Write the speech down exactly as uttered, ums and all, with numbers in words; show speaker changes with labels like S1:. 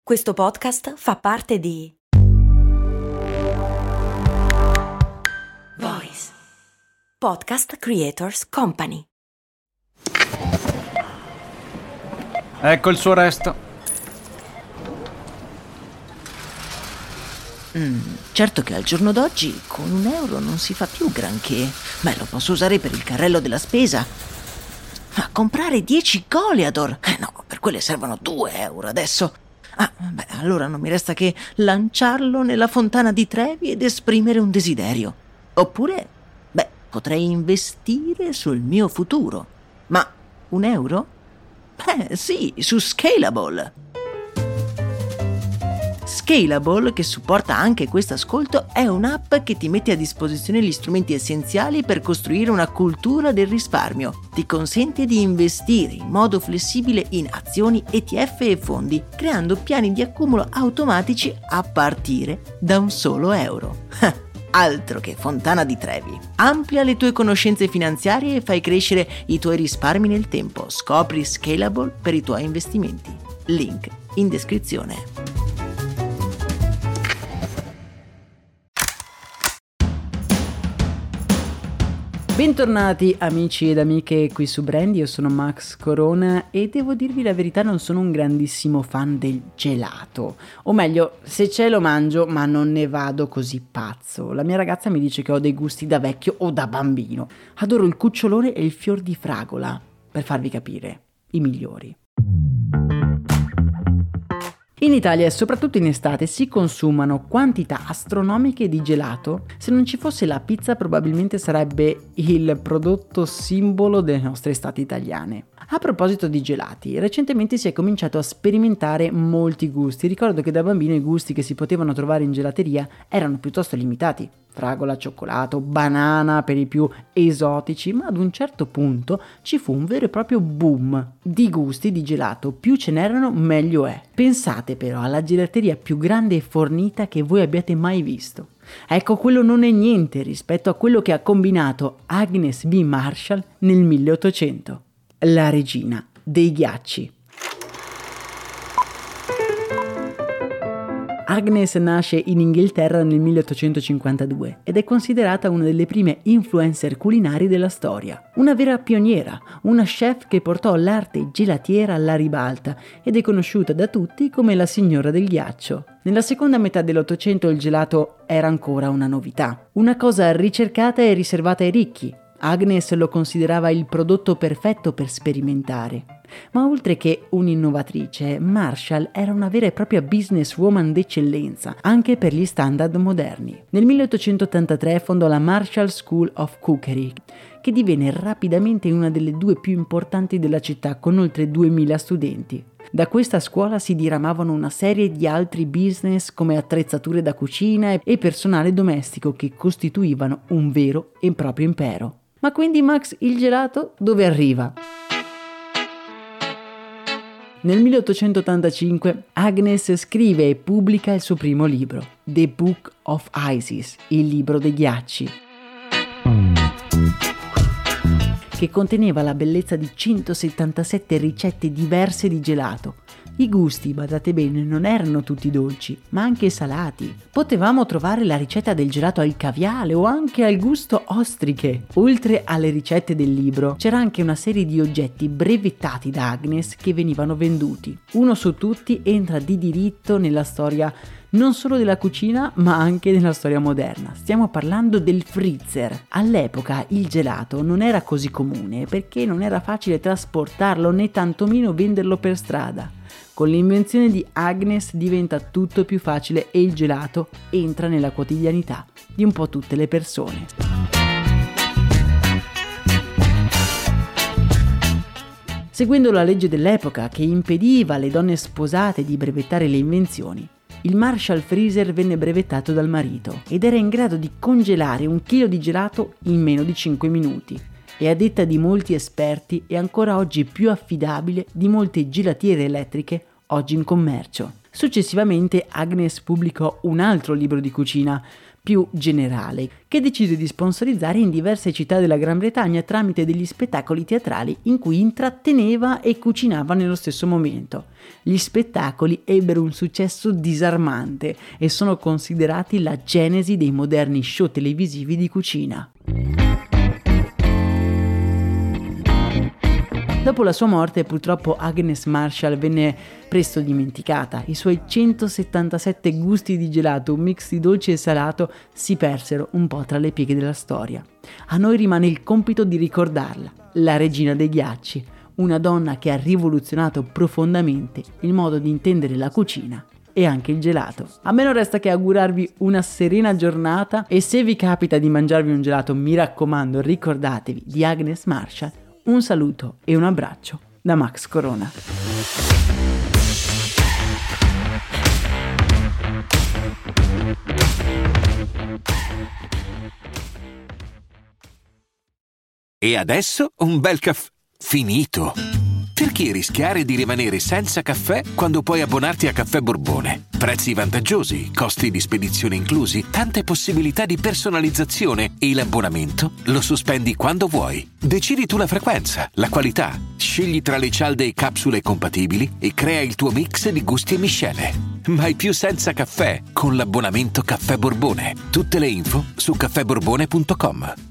S1: Questo podcast fa parte di Voice Podcast Creators Company.
S2: Ecco il suo resto.
S3: Mm, certo che al giorno d'oggi con un euro non si fa più granché. Beh, lo posso usare per il carrello della spesa. Ma comprare dieci Goliador? Eh no, per quelle servono due euro adesso. Ah, beh, allora non mi resta che lanciarlo nella fontana di Trevi ed esprimere un desiderio. Oppure, beh, potrei investire sul mio futuro. Ma un euro? Beh, sì, su Scalable. Scalable, che supporta anche questo ascolto, è un'app che ti mette a disposizione gli strumenti essenziali per costruire una cultura del risparmio. Ti consente di investire in modo flessibile in azioni, E T F e fondi, creando piani di accumulo automatici a partire da un solo euro. Altro che fontana di Trevi. Amplia le tue conoscenze finanziarie e fai crescere i tuoi risparmi nel tempo. Scopri Scalable per i tuoi investimenti. Link in descrizione.
S4: Bentornati amici ed amiche qui su Brandy, io sono Max Corona e devo dirvi la verità, non sono un grandissimo fan del gelato. O meglio, se ce lo mangio ma non ne vado così pazzo. La mia ragazza mi dice che ho dei gusti da vecchio o da bambino. Adoro il cucciolone e il fior di fragola, per farvi capire, i migliori. In Italia e soprattutto in estate si consumano quantità astronomiche di gelato. Se non ci fosse la pizza probabilmente sarebbe il prodotto simbolo delle nostre estati italiane. A proposito di gelati, recentemente si è cominciato a sperimentare molti gusti. Ricordo che da bambino i gusti che si potevano trovare in gelateria erano piuttosto limitati. Fragola, cioccolato, banana per i più esotici, ma ad un certo punto ci fu un vero e proprio boom di gusti di gelato. Più ce n'erano meglio è. Pensate però alla gelateria più grande e fornita che voi abbiate mai visto. Ecco, quello non è niente rispetto a quello che ha combinato Agnes B. Marshall nel milleottocento. La regina dei ghiacci. Agnes nasce in Inghilterra nel milleottocentocinquantadue ed è considerata una delle prime influencer culinari della storia. Una vera pioniera, una chef che portò l'arte gelatiera alla ribalta ed è conosciuta da tutti come la signora del ghiaccio. Nella seconda metà dell'Ottocento il gelato era ancora una novità, una cosa ricercata e riservata ai ricchi. Agnes lo considerava il prodotto perfetto per sperimentare. Ma oltre che un'innovatrice, Marshall era una vera e propria businesswoman d'eccellenza, anche per gli standard moderni. Nel milleottocentottantatré fondò la Marshall School of Cookery, che divenne rapidamente una delle due più importanti della città, con oltre duemila studenti. Da questa scuola si diramavano una serie di altri business come attrezzature da cucina e personale domestico che costituivano un vero e proprio impero. Ma quindi Max, il gelato dove arriva? Nel milleottocentottantacinque Agnes scrive e pubblica il suo primo libro, The Book of Ices, il libro dei ghiacci, che conteneva la bellezza di centosettantasette ricette diverse di gelato. I gusti, badate bene, non erano tutti dolci, ma anche salati. Potevamo trovare la ricetta del gelato al caviale o anche al gusto ostriche. Oltre alle ricette del libro, c'era anche una serie di oggetti brevettati da Agnes che venivano venduti. Uno su tutti entra di diritto nella storia non solo della cucina, ma anche della storia moderna. Stiamo parlando del freezer. All'epoca il gelato non era così comune perché non era facile trasportarlo né tantomeno venderlo per strada. Con l'invenzione di Agnes diventa tutto più facile e il gelato entra nella quotidianità di un po' tutte le persone. Seguendo la legge dell'epoca che impediva alle donne sposate di brevettare le invenzioni, il Marshall Freezer venne brevettato dal marito ed era in grado di congelare un chilo di gelato in meno di cinque minuti. E a detta di molti esperti è ancora oggi più affidabile di molte gelatiere elettriche oggi in commercio. Successivamente Agnes pubblicò un altro libro di cucina, più generale, che decise di sponsorizzare in diverse città della Gran Bretagna tramite degli spettacoli teatrali in cui intratteneva e cucinava nello stesso momento. Gli spettacoli ebbero un successo disarmante e sono considerati la genesi dei moderni show televisivi di cucina. Dopo la sua morte, purtroppo, Agnes Marshall venne presto dimenticata. I suoi centosettantasette gusti di gelato, un mix di dolce e salato, si persero un po' tra le pieghe della storia. A noi rimane il compito di ricordarla, la regina dei ghiacci, una donna che ha rivoluzionato profondamente il modo di intendere la cucina e anche il gelato. A me non resta che augurarvi una serena giornata e se vi capita di mangiarvi un gelato, mi raccomando, ricordatevi di Agnes Marshall. Un saluto e un abbraccio da Max Corona.
S5: E adesso un bel caffè finito. Perché rischiare di rimanere senza caffè quando puoi abbonarti a Caffè Borbone? Prezzi vantaggiosi, costi di spedizione inclusi, tante possibilità di personalizzazione e l'abbonamento lo sospendi quando vuoi. Decidi tu la frequenza, la qualità, scegli tra le cialde e capsule compatibili e crea il tuo mix di gusti e miscele. Mai più senza caffè con l'abbonamento Caffè Borbone. Tutte le info su caffè borbone punto com.